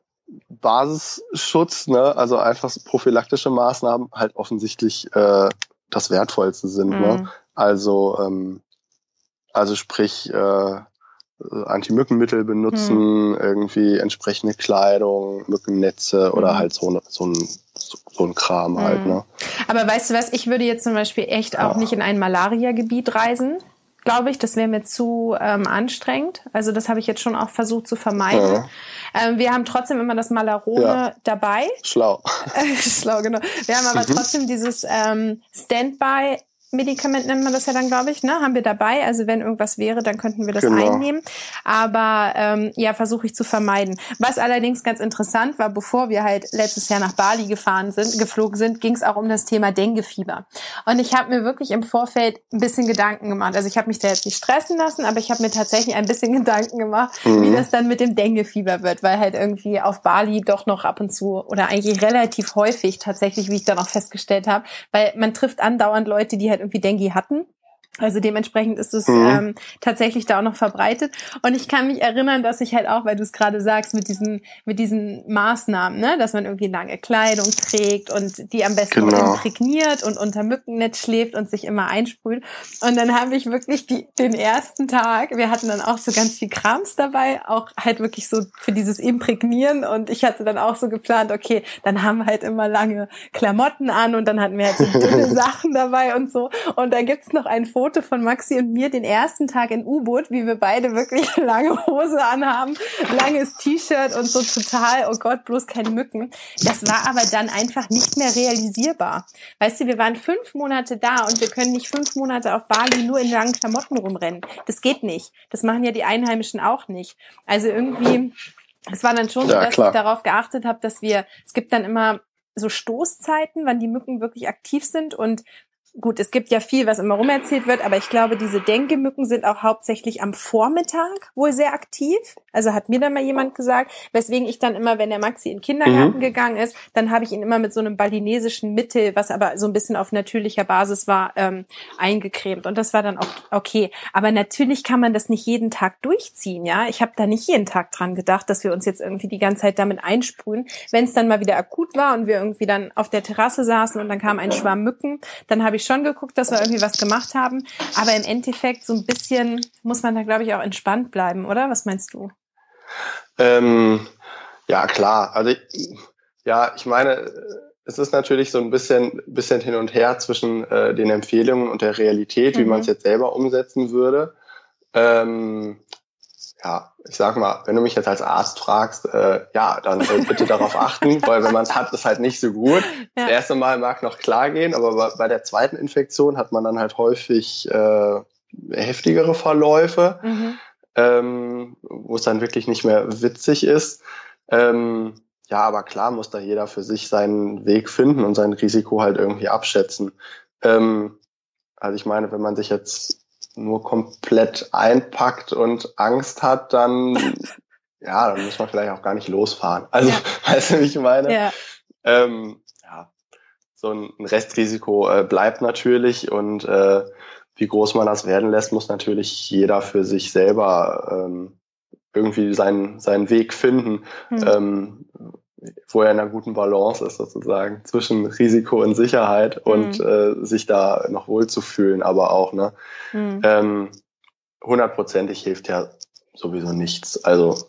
Basisschutz, ne, also einfach prophylaktische Maßnahmen halt offensichtlich äh, das Wertvollste sind. Mhm. Ne? Also ähm, also sprich äh, Anti-Mückenmittel benutzen, mhm. irgendwie entsprechende Kleidung, Mückennetze oder mhm. halt so, ne, so ein so ein Kram mhm. halt. Ne? Aber weißt du was, ich würde jetzt zum Beispiel echt auch ja. nicht in ein Malaria-Gebiet reisen, glaube ich. Das wäre mir zu ähm, anstrengend. Also das habe ich jetzt schon auch versucht zu vermeiden. Ja. Ähm, wir haben trotzdem immer das Malarone ja. dabei. Schlau. Schlau, genau. Wir haben aber mhm. trotzdem dieses ähm, Standby Medikament nennt man das ja dann, glaube ich, ne? Haben wir dabei. Also wenn irgendwas wäre, dann könnten wir das genau. einnehmen. Aber ähm, ja, versuche ich zu vermeiden. Was allerdings ganz interessant war, bevor wir halt letztes Jahr nach Bali gefahren sind, geflogen sind, ging es auch um das Thema Denguefieber. Und ich habe mir wirklich im Vorfeld ein bisschen Gedanken gemacht. Also ich habe mich da jetzt nicht stressen lassen, aber ich habe mir tatsächlich ein bisschen Gedanken gemacht, mhm. wie das dann mit dem Denguefieber wird, weil halt irgendwie auf Bali doch noch ab und zu oder eigentlich relativ häufig tatsächlich, wie ich dann auch festgestellt habe, weil man trifft andauernd Leute, die halt irgendwie Dengue hatten. Also dementsprechend ist es mhm. ähm, tatsächlich da auch noch verbreitet. Und ich kann mich erinnern, dass ich halt auch, weil du es gerade sagst, mit diesen mit diesen Maßnahmen, ne, dass man irgendwie lange Kleidung trägt und die am besten genau. imprägniert und unter Mückennetz schläft und sich immer einsprüht. Und dann habe ich wirklich die, den ersten Tag, wir hatten dann auch so ganz viel Krams dabei, auch halt wirklich so für dieses Imprägnieren. Und ich hatte dann auch so geplant, okay, dann haben wir halt immer lange Klamotten an und dann hatten wir halt so dünne Sachen dabei und so. Und da gibt's noch ein Foto von Maxi und mir den ersten Tag in U-Boot, wie wir beide wirklich lange Hose anhaben, langes T-Shirt und so total, oh Gott, bloß keine Mücken. Das war aber dann einfach nicht mehr realisierbar. Weißt du, wir waren fünf Monate da und wir können nicht fünf Monate auf Bali nur in langen Klamotten rumrennen. Das geht nicht. Das machen ja die Einheimischen auch nicht. Also irgendwie, es war dann schon so, ja, dass klar. ich darauf geachtet habe, dass wir, es gibt dann immer so Stoßzeiten, wann die Mücken wirklich aktiv sind und gut, es gibt ja viel, was immer rumerzählt wird, aber ich glaube, diese Dengue-Mücken sind auch hauptsächlich am Vormittag wohl sehr aktiv. Also hat mir dann mal jemand gesagt, weswegen ich dann immer, wenn der Maxi in den Kindergarten mhm. gegangen ist, dann habe ich ihn immer mit so einem balinesischen Mittel, was aber so ein bisschen auf natürlicher Basis war, ähm, eingecremt. Und das war dann auch okay. Aber natürlich kann man das nicht jeden Tag durchziehen, ja. Ich habe da nicht jeden Tag dran gedacht, dass wir uns jetzt irgendwie die ganze Zeit damit einsprühen. Wenn es dann mal wieder akut war und wir irgendwie dann auf der Terrasse saßen und dann kam ein Schwarm Mücken, dann habe ich schon geguckt, dass wir irgendwie was gemacht haben. Aber im Endeffekt so ein bisschen muss man da, glaube ich, auch entspannt bleiben, oder? Was meinst du? Ähm, ja, klar. Also ich, ja, ich meine, es ist natürlich so ein bisschen, bisschen hin und her zwischen äh, den Empfehlungen und der Realität, wie mhm. man es jetzt selber umsetzen würde. Ähm, ja, ich sag mal, wenn du mich jetzt als Arzt fragst, äh, ja, dann äh, bitte darauf achten, weil wenn man es hat, ist halt nicht so gut. Ja. Das erste Mal mag noch klar gehen, aber bei, bei der zweiten Infektion hat man dann halt häufig äh, heftigere Verläufe, mhm. ähm, wo es dann wirklich nicht mehr witzig ist. Ähm, ja, aber klar muss da jeder für sich seinen Weg finden und sein Risiko halt irgendwie abschätzen. Ähm, also ich meine, wenn man sich jetzt nur komplett einpackt und Angst hat, dann ja, dann muss man vielleicht auch gar nicht losfahren. Also, ja. Weißt du, wie ich meine? Ja. Ähm, ja, so ein Restrisiko äh, bleibt natürlich und äh, wie groß man das werden lässt, muss natürlich jeder für sich selber ähm, irgendwie seinen seinen Weg finden, hm. ähm, wo er in einer guten Balance ist sozusagen zwischen Risiko und Sicherheit hm. und äh, sich da noch wohlzufühlen, aber auch ne hm. ähm, hundertprozentig hilft ja sowieso nichts. Also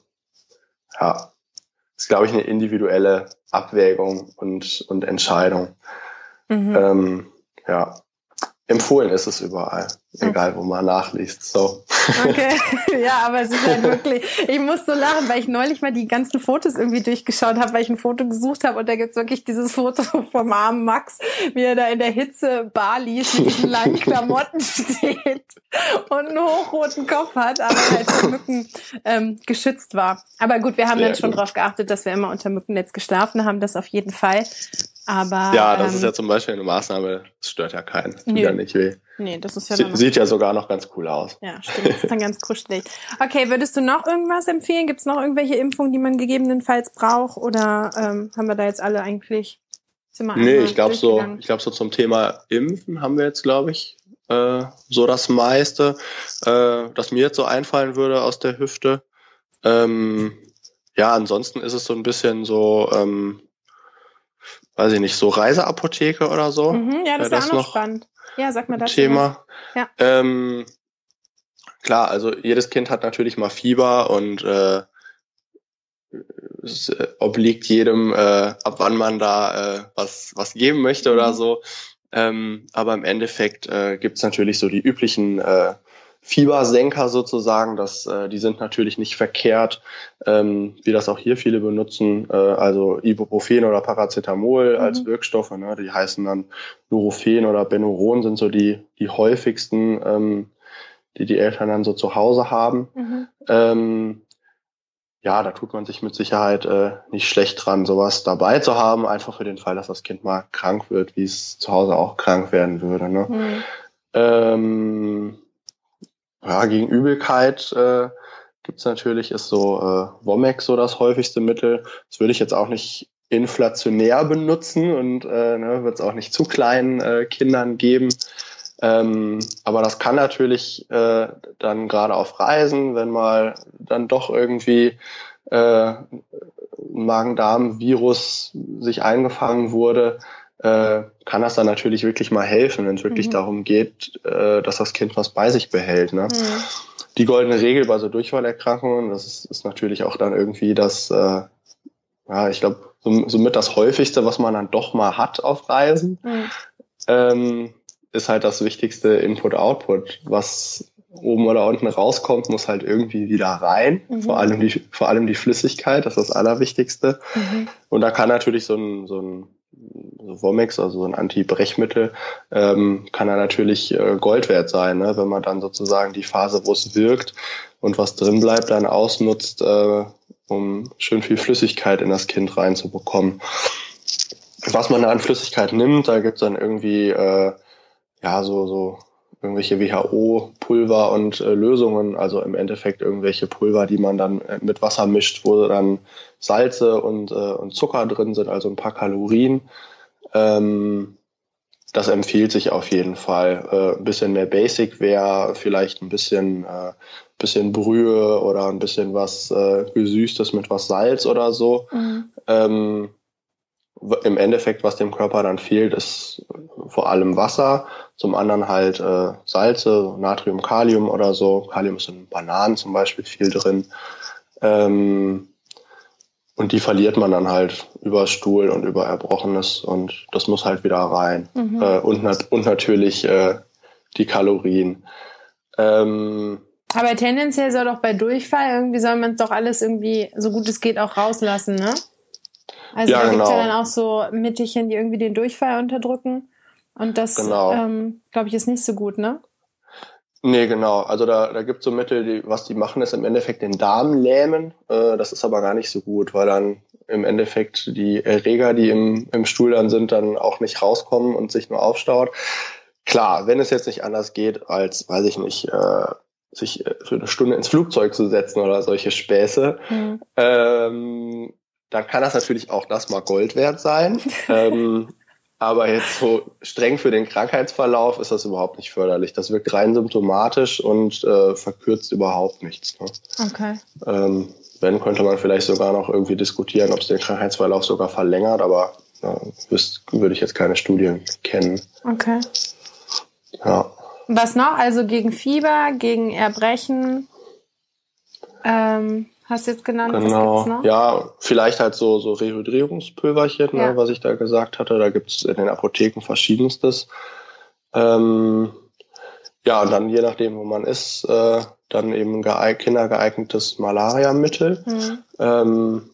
ja, ist glaube ich eine individuelle Abwägung und und Entscheidung. Mhm. Ähm, ja. Empfohlen ist es überall, egal wo man nachliest. So. Okay, ja, aber es ist halt wirklich, ich muss so lachen, weil ich neulich mal die ganzen Fotos irgendwie durchgeschaut habe, weil ich ein Foto gesucht habe und da gibt's wirklich dieses Foto vom armen Max, wie er da in der Hitze Balis mit diesen langen Klamotten steht und einen hochroten Kopf hat, aber halt von Mücken ähm, geschützt war. Aber gut, wir haben Sehr dann schon gut. drauf geachtet, dass wir immer unter Mückennetz geschlafen haben, das auf jeden Fall. Aber, ja, das ähm, ist ja zum Beispiel eine Maßnahme, das stört ja keinen, tut ja nicht weh. Nee, das ist ja Sie, Sieht ja sogar noch ganz cool aus. Ja, stimmt, das ist dann ganz kuschelig. Okay, würdest du noch irgendwas empfehlen? Gibt es noch irgendwelche Impfungen, die man gegebenenfalls braucht? Oder ähm, haben wir da jetzt alle eigentlich? Sind wir nee, ich glaube so, ich glaube so zum Thema Impfen haben wir jetzt, glaube ich, äh, so das meiste, äh, das mir jetzt so einfallen würde aus der Hüfte. Ähm, ja, ansonsten ist es so ein bisschen so, ähm, weiß ich nicht, so Reiseapotheke oder so. Mhm, ja, das wäre auch noch spannend. Ja, sag mal dazu. Thema. Ja. Ähm, klar, also jedes Kind hat natürlich mal Fieber und äh, es äh, obliegt jedem, äh, ab wann man da äh, was was geben möchte mhm. oder so. Ähm, aber im Endeffekt äh, gibt's natürlich so die üblichen äh, Fiebersenker sozusagen, das, äh, die sind natürlich nicht verkehrt, ähm, wie das auch hier viele benutzen, äh, also Ibuprofen oder Paracetamol mhm. als Wirkstoffe, ne? Die heißen dann Nurofen oder Benuron, sind so die die häufigsten, ähm, die die Eltern dann so zu Hause haben. Mhm. Ähm, ja, da tut man sich mit Sicherheit äh, nicht schlecht dran, sowas dabei zu haben, einfach für den Fall, dass das Kind mal krank wird, wie es zu Hause auch krank werden würde. Ne? Mhm. Ähm, Ja, gegen Übelkeit äh, gibt's natürlich, ist so äh, Womex so das häufigste Mittel. Das würde ich jetzt auch nicht inflationär benutzen und äh, ne, wird es auch nicht zu kleinen äh, Kindern geben. Ähm, aber das kann natürlich äh, dann gerade auf Reisen, wenn mal dann doch irgendwie äh, ein Magen-Darm-Virus sich eingefangen wurde, äh, kann das dann natürlich wirklich mal helfen, wenn es wirklich mhm. darum geht, äh, dass das Kind was bei sich behält. Ne? Mhm. Die goldene Regel bei so Durchfallerkrankungen, das ist, ist natürlich auch dann irgendwie das, äh, ja, ich glaube, so, somit das häufigste, was man dann doch mal hat auf Reisen, mhm. ähm, ist halt das wichtigste Input-Output. Was oben oder unten rauskommt, muss halt irgendwie wieder rein. Mhm. Vor allem die, vor allem die Flüssigkeit, das ist das Allerwichtigste. Mhm. Und da kann natürlich so ein, so ein so Womex, also so ein Anti-Brechmittel, ähm, kann da natürlich äh, Gold wert sein, ne? Wenn man dann sozusagen die Phase, wo es wirkt und was drin bleibt, dann ausnutzt, äh, um schön viel Flüssigkeit in das Kind reinzubekommen. Was man da an Flüssigkeit nimmt, da gibt's dann irgendwie äh, ja so so irgendwelche W H O-Pulver und äh, Lösungen, also im Endeffekt irgendwelche Pulver, die man dann äh, mit Wasser mischt, wo dann Salze und, äh, und Zucker drin sind, also ein paar Kalorien. Ähm, das empfiehlt sich auf jeden Fall. Äh, ein bisschen mehr Basic wäre vielleicht ein bisschen, äh, bisschen Brühe oder ein bisschen was äh, Gesüßtes mit was Salz oder so. Mhm. Ähm, Im Endeffekt, was dem Körper dann fehlt, ist vor allem Wasser, zum anderen halt äh, Salze, Natrium, Kalium oder so. Kalium ist in Bananen zum Beispiel viel drin. Ähm, und die verliert man dann halt über Stuhl und über Erbrochenes und das muss halt wieder rein. Mhm. Äh, und, nat- und natürlich äh, die Kalorien. Ähm, Aber tendenziell soll doch bei Durchfall irgendwie soll man es doch alles irgendwie, so gut es geht, auch rauslassen, ne? Also Ja, da gibt's genau. ja dann auch so Mittelchen, die irgendwie den Durchfall unterdrücken. Und das, Genau. ähm, glaube ich, ist nicht so gut, ne? Nee, genau. Also da, da gibt's so Mittel, die, was die machen, ist im Endeffekt den Darm lähmen. Äh, das ist aber gar nicht so gut, weil dann im Endeffekt die Erreger, die im, im Stuhl dann sind, dann auch nicht rauskommen und sich nur aufstaut. Klar, wenn es jetzt nicht anders geht, als, weiß ich nicht, äh, sich für eine Stunde ins Flugzeug zu setzen oder solche Späße, Mhm. ähm, dann kann das natürlich auch das mal Gold wert sein. ähm, aber jetzt so streng für den Krankheitsverlauf ist das überhaupt nicht förderlich. Das wirkt rein symptomatisch und äh, verkürzt überhaupt nichts. Ne? Okay. Ähm, wenn, könnte man vielleicht sogar noch irgendwie diskutieren, ob es den Krankheitsverlauf sogar verlängert, aber ja, wüs- würde ich jetzt keine Studien kennen. Okay. Ja. Was noch? Also gegen Fieber, gegen Erbrechen, ähm, hast du jetzt genannt, was Genau, gibt's noch? ja, vielleicht halt so, so Rehydrierungspulverchen, Ja. ne, was ich da gesagt hatte. Da gibt's in den Apotheken verschiedenstes. Ähm, ja, und dann je nachdem, wo man ist, äh, dann eben ein geeig- kindergeeignetes Malariamittel. Mhm. Ähm,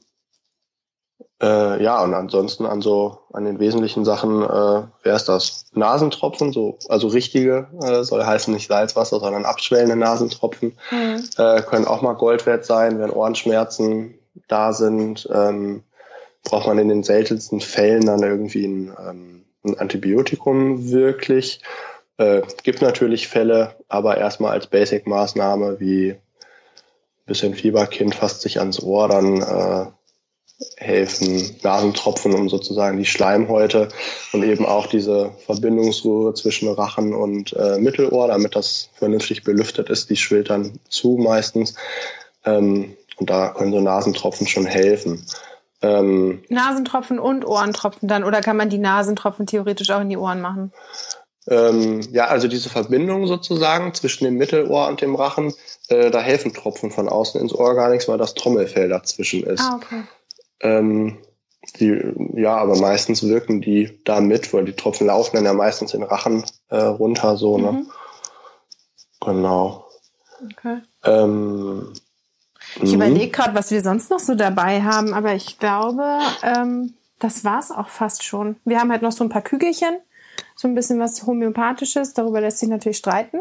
äh, ja, und ansonsten an so, an den wesentlichen Sachen, äh, wer ist das? Nasentropfen, so, also richtige, äh, soll heißen nicht Salzwasser, sondern abschwellende Nasentropfen, Mhm. äh, können auch mal Gold wert sein, wenn Ohrenschmerzen da sind, ähm, braucht man in den seltensten Fällen dann irgendwie ein, ähm, ein Antibiotikum wirklich. Äh, gibt natürlich Fälle, aber erstmal als Basic-Maßnahme wie ein bisschen Fieberkind fasst sich ans Ohr, dann äh, helfen Nasentropfen, um sozusagen die Schleimhäute und eben auch diese Verbindungsröhre zwischen Rachen und äh, Mittelohr, damit das vernünftig belüftet ist, die schwillt dann zu meistens. Ähm, und da können so Nasentropfen schon helfen. Ähm, Nasentropfen und Ohrentropfen dann, oder kann man die Nasentropfen theoretisch auch in die Ohren machen? ähm, ja, also diese Verbindung sozusagen zwischen dem Mittelohr und dem Rachen, äh, da helfen Tropfen von außen ins Ohr gar nichts, weil das Trommelfell dazwischen ist. Ah, okay. Ähm, die, ja, aber meistens wirken die da mit, weil die Tropfen laufen dann ja meistens in den Rachen äh, runter, so, ne? Mhm. Genau. Okay. Ähm, Ich mhm. überlege gerade, was wir sonst noch so dabei haben, aber ich glaube, ähm, das war's auch fast schon. Wir haben halt noch so ein paar Kügelchen, so ein bisschen was Homöopathisches, darüber lässt sich natürlich streiten.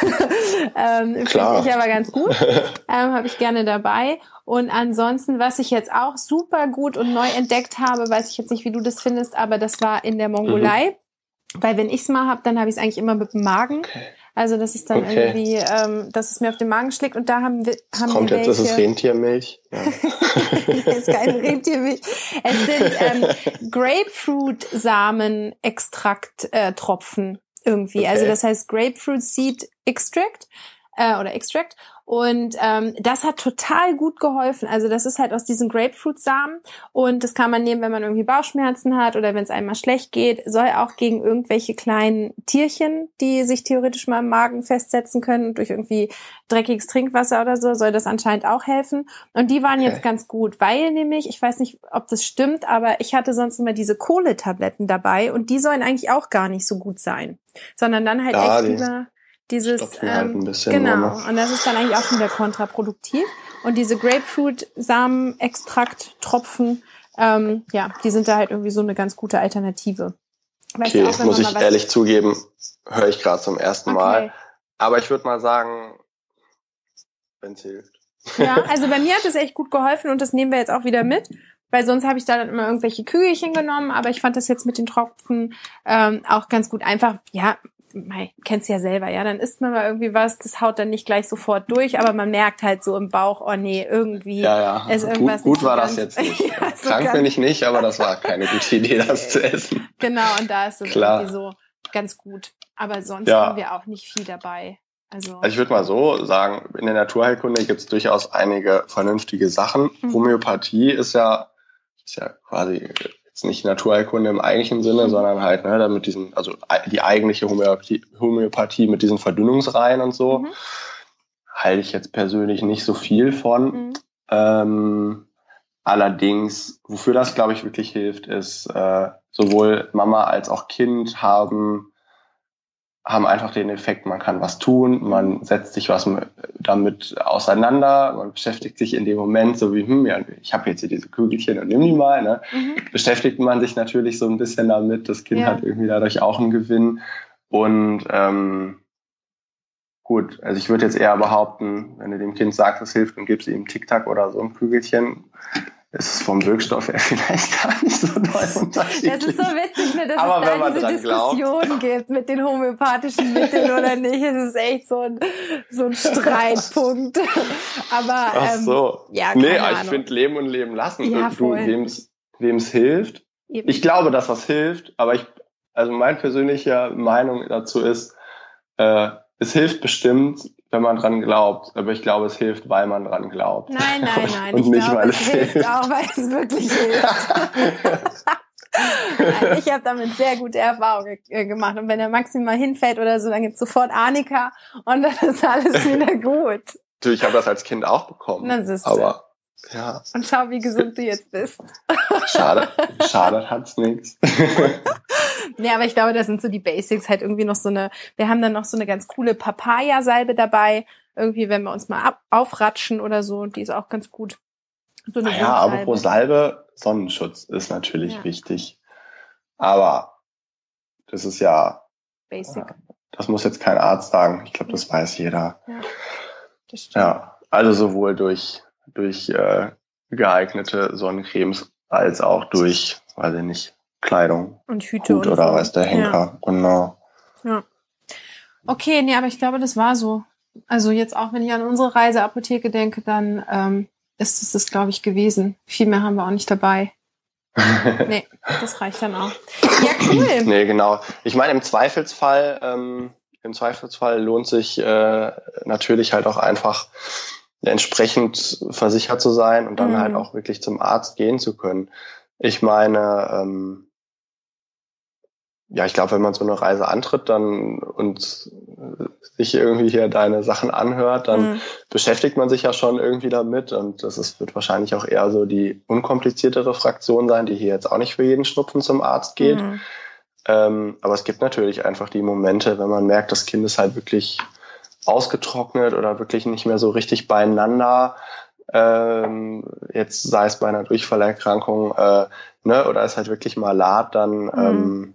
ähm, Klar. Finde ich aber ganz gut. Ähm, habe ich gerne dabei. Und ansonsten, was ich jetzt auch super gut und neu entdeckt habe, weiß ich jetzt nicht, wie du das findest, aber das war in der Mongolei. Mhm. Weil wenn ich's mal hab, dann habe ich es eigentlich immer mit dem Magen. Okay. Also das ist dann Okay. irgendwie, ähm, dass es mir auf den Magen schlägt. Und da haben wir haben Kommt wir jetzt, welche. ist es Rentiermilch? Ja. Es ist kein Rentiermilch. Es sind ähm, Grapefruit-Samen-Extrakt-Tropfen irgendwie. Okay. Also das heißt Grapefruit Seed Extract äh, oder Extract. Und ähm, das hat total gut geholfen. Also das ist halt aus diesen Grapefruit-Samen und das kann man nehmen, wenn man irgendwie Bauchschmerzen hat oder wenn es einem mal schlecht geht. Soll auch gegen irgendwelche kleinen Tierchen, die sich theoretisch mal im Magen festsetzen können und durch irgendwie dreckiges Trinkwasser oder so, soll das anscheinend auch helfen. Und die waren Okay. jetzt ganz gut, weil nämlich, ich weiß nicht, ob das stimmt, aber ich hatte sonst immer diese Kohletabletten dabei und die sollen eigentlich auch gar nicht so gut sein, sondern dann halt Ja, echt die lieber dieses, stopfen halt ähm, ein bisschen genau, nur, ne? und das ist dann eigentlich auch wieder kontraproduktiv. Und diese Grapefruit-Samen-Extrakt-Tropfen, ähm, ja, die sind da halt irgendwie so eine ganz gute Alternative. Weißt Okay, du auch, wenn muss man ich mal was ehrlich zugeben, höre ich gerade zum ersten Okay. Mal. Aber ich würde mal sagen, wenn es hilft. Ja, also bei mir hat es echt gut geholfen und das nehmen wir jetzt auch wieder mit, weil sonst habe ich da dann immer irgendwelche Kügelchen genommen, aber ich fand das jetzt mit den Tropfen ähm, auch ganz gut. Einfach, ja, mei, kennst ja selber, ja, dann isst man mal irgendwie was, das haut dann nicht gleich sofort durch, aber man merkt halt so im Bauch, oh nee, irgendwie Ja, ja. ist irgendwas Gut, nicht gut so war ganz, das jetzt nicht. ja, so Krank ganz, bin ich nicht, aber das war keine gute Idee, das zu essen. Genau, und da ist es Klar. irgendwie so ganz gut. Aber sonst Ja. haben wir auch nicht viel dabei. Also, Also ich würde mal so sagen, in der Naturheilkunde gibt es durchaus einige vernünftige Sachen. Mhm. Homöopathie ist ja, ist ja quasi jetzt nicht Naturheilkunde im eigentlichen Sinne, Mhm. sondern halt ne, mit diesen, also die eigentliche Homöopathie, Homöopathie mit diesen Verdünnungsreihen und so, Mhm. halte ich jetzt persönlich nicht so viel von. Mhm. Ähm, allerdings, wofür das, glaube ich, wirklich hilft, ist, äh, sowohl Mama als auch Kind haben haben einfach den Effekt, man kann was tun, man setzt sich was damit auseinander, man beschäftigt sich in dem Moment so wie, hm, ja, ich habe jetzt hier diese Kügelchen und nimm die mal, ne? Mhm. Beschäftigt man sich natürlich so ein bisschen damit, das Kind ja. hat irgendwie dadurch auch einen Gewinn und ähm, gut, also ich würde jetzt eher behaupten, wenn du dem Kind sagst, es hilft und gibst ihm Tic-Tac oder so ein Kügelchen, ist es vom Wirkstoff her vielleicht gar nicht so doll unterschiedlich. Das ist so witzig, ne, dass aber es wenn da man diese dran Diskussion glaubt. gibt mit den homöopathischen Mitteln oder nicht. Es ist echt so ein, so ein Streitpunkt. Aber Ach so. Ähm, ja, keine nee, Ahnung. ich finde Leben und Leben lassen. Ja, du, voll. wem es hilft. Eben. Ich glaube, dass was hilft, aber ich, also meine persönliche Meinung dazu ist, äh, es hilft bestimmt, wenn man dran glaubt. Aber ich glaube, es hilft, weil man dran glaubt. Nein, nein, nein. Und ich nicht, glaube, weil es es hilft, hilft auch, weil es wirklich hilft. Nein, ich habe damit sehr gute Erfahrungen gemacht. Und wenn der Maxi mal hinfällt oder so, dann gibt's sofort Arnika und dann ist alles wieder gut. Du, ich habe das als Kind auch bekommen. Das ist aber ja. Und schau, wie gesund du jetzt bist. Schade, schade hat's nichts. Nee, aber ich glaube, das sind so die Basics, halt irgendwie noch so eine, wir haben dann noch so eine ganz coole Papaya-Salbe dabei, irgendwie, wenn wir uns mal ab, aufratschen oder so, und die ist auch ganz gut. So eine ja, aber pro Salbe, Sonnenschutz ist natürlich ja. wichtig. Aber das ist ja Basic. Das muss jetzt kein Arzt sagen. Ich glaube, das weiß jeder. Ja, das stimmt. Ja, also sowohl durch durch äh, geeignete Sonnencremes als auch durch, weiß ich nicht, Kleidung. Und Hüte Hut und oder so. weiß der Henker. Ja. Genau. Ja. Okay, nee, aber ich glaube, das war so. Also jetzt auch, wenn ich an unsere Reiseapotheke denke, dann ähm, ist es das, glaube ich, gewesen. Viel mehr haben wir auch nicht dabei. Nee, das reicht dann auch. Ja, cool. Nee, genau. Ich meine, im Zweifelsfall, ähm, im Zweifelsfall lohnt sich äh, natürlich halt auch einfach entsprechend versichert zu sein und dann mhm. halt auch wirklich zum Arzt gehen zu können. Ich meine, ähm, ja, ich glaube, wenn man so eine Reise antritt dann und sich irgendwie hier deine Sachen anhört, dann mhm. beschäftigt man sich ja schon irgendwie damit und das ist, wird wahrscheinlich auch eher so die unkompliziertere Fraktion sein, die hier jetzt auch nicht für jeden Schnupfen zum Arzt geht. Mhm. Ähm, aber es gibt natürlich einfach die Momente, wenn man merkt, das Kind ist halt wirklich ausgetrocknet oder wirklich nicht mehr so richtig beieinander, ähm, jetzt sei es bei einer Durchfallerkrankung, äh, ne, oder ist halt wirklich malat, dann mhm. ähm,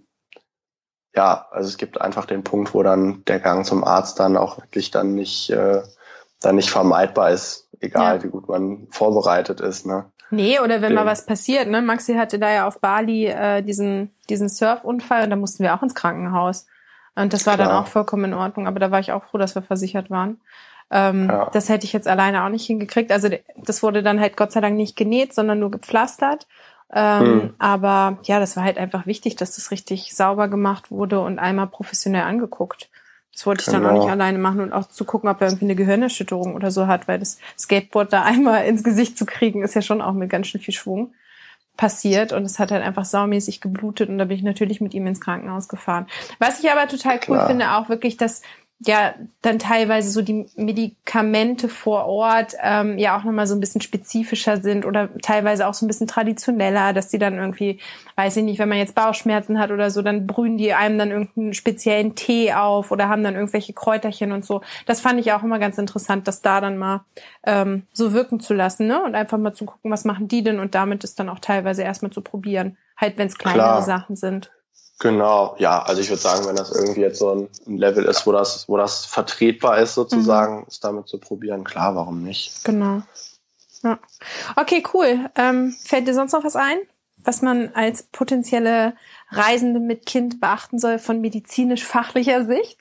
ja, also es gibt einfach den Punkt, wo dann der Gang zum Arzt dann auch wirklich dann nicht äh, dann nicht vermeidbar ist, egal ja. wie gut man vorbereitet ist, ne. Nee, oder wenn den. mal was passiert, ne? Maxi hatte da ja auf Bali äh, diesen diesen Surfunfall und da mussten wir auch ins Krankenhaus. Und das war Klar. dann auch vollkommen in Ordnung, aber da war ich auch froh, dass wir versichert waren. Ähm, ja. Das hätte ich jetzt alleine auch nicht hingekriegt. Also das wurde dann halt Gott sei Dank nicht genäht, sondern nur gepflastert. Ähm, hm. Aber ja, das war halt einfach wichtig, dass das richtig sauber gemacht wurde und einmal professionell angeguckt. Das wollte ich genau. dann auch nicht alleine machen und auch zu gucken, ob er irgendwie eine Gehirnerschütterung oder so hat, weil das Skateboard da einmal ins Gesicht zu kriegen, ist ja schon auch mit ganz schön viel Schwung passiert und es hat halt einfach saumäßig geblutet und da bin ich natürlich mit ihm ins Krankenhaus gefahren. Was ich aber total cool Klar. finde, auch wirklich, dass ja dann teilweise so die Medikamente vor Ort ähm, ja auch nochmal so ein bisschen spezifischer sind oder teilweise auch so ein bisschen traditioneller, dass die dann irgendwie, weiß ich nicht, wenn man jetzt Bauchschmerzen hat oder so, dann brühen die einem dann irgendeinen speziellen Tee auf oder haben dann irgendwelche Kräuterchen und so. Das fand ich auch immer ganz interessant, das da dann mal ähm, so wirken zu lassen, ne? Und einfach mal zu gucken, was machen die denn und damit ist dann auch teilweise erstmal zu probieren, halt wenn es kleinere Klar. Sachen sind. Genau, ja, also ich würde sagen, wenn das irgendwie jetzt so ein Level ist, wo das, wo das vertretbar ist sozusagen, mhm. ist damit zu probieren, klar, warum nicht? Genau. Ja. Okay, cool. Ähm, fällt dir sonst noch was ein, was man als potenzielle Reisende mit Kind beachten soll von medizinisch-fachlicher Sicht?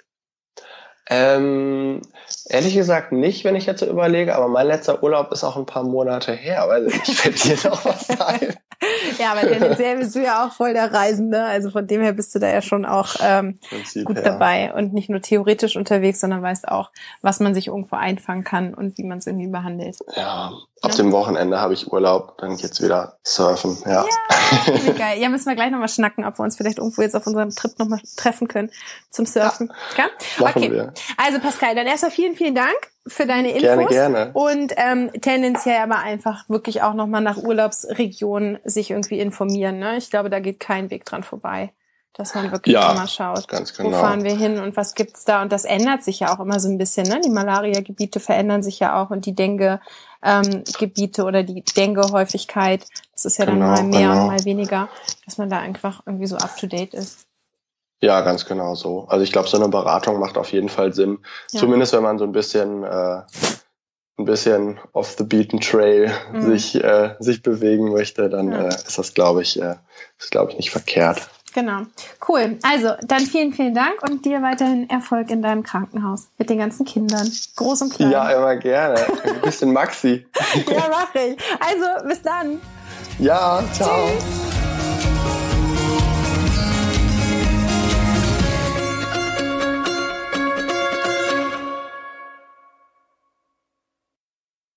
Ähm, ehrlich gesagt nicht, wenn ich jetzt so überlege, aber mein letzter Urlaub ist auch ein paar Monate her, weil ich fällt dir noch was ein. Ja, aber tendenziell bist du ja auch voll der Reisende, also von dem her bist du da ja schon auch ähm, gut her. dabei und nicht nur theoretisch unterwegs, sondern weißt auch, was man sich irgendwo einfangen kann und wie man es irgendwie behandelt. Ja, auf ja. dem Wochenende habe ich Urlaub, dann geht's wieder surfen, ja. Ja, geil. Ja, müssen wir gleich nochmal schnacken, ob wir uns vielleicht irgendwo jetzt auf unserem Trip nochmal treffen können zum Surfen. Ja, ja? Okay, wir. Also Pascal, dann erstmal vielen, vielen Dank für deine Infos. Gerne, gerne. Und ähm, tendenziell aber einfach wirklich auch nochmal nach Urlaubsregionen sich irgendwie informieren. Ne? Ich glaube, da geht kein Weg dran vorbei. dass man wirklich ja, immer schaut, ganz genau. wo fahren wir hin und was gibt's da. Und das ändert sich ja auch immer so ein bisschen. Ne? Die Malaria-Gebiete verändern sich ja auch und die Dengue-Gebiete ähm, oder die Dengue-Häufigkeit, das ist ja dann Genau, mal mehr genau. und mal weniger, dass man da einfach irgendwie so up-to-date ist. Ja, ganz genau so. Also ich glaube, so eine Beratung macht auf jeden Fall Sinn. Ja. Zumindest wenn man so ein bisschen äh, ein bisschen off the beaten trail mhm. sich äh, sich bewegen möchte, dann ja. äh, ist das, glaube ich, äh, ist glaube ich nicht verkehrt. Genau. Cool. Also, dann vielen, vielen Dank und dir weiterhin Erfolg in deinem Krankenhaus mit den ganzen Kindern. Groß und klein. Ja, immer gerne. Ein bisschen Maxi. Ja, mach ich. Also, bis dann. Ja, ciao. Tschüss.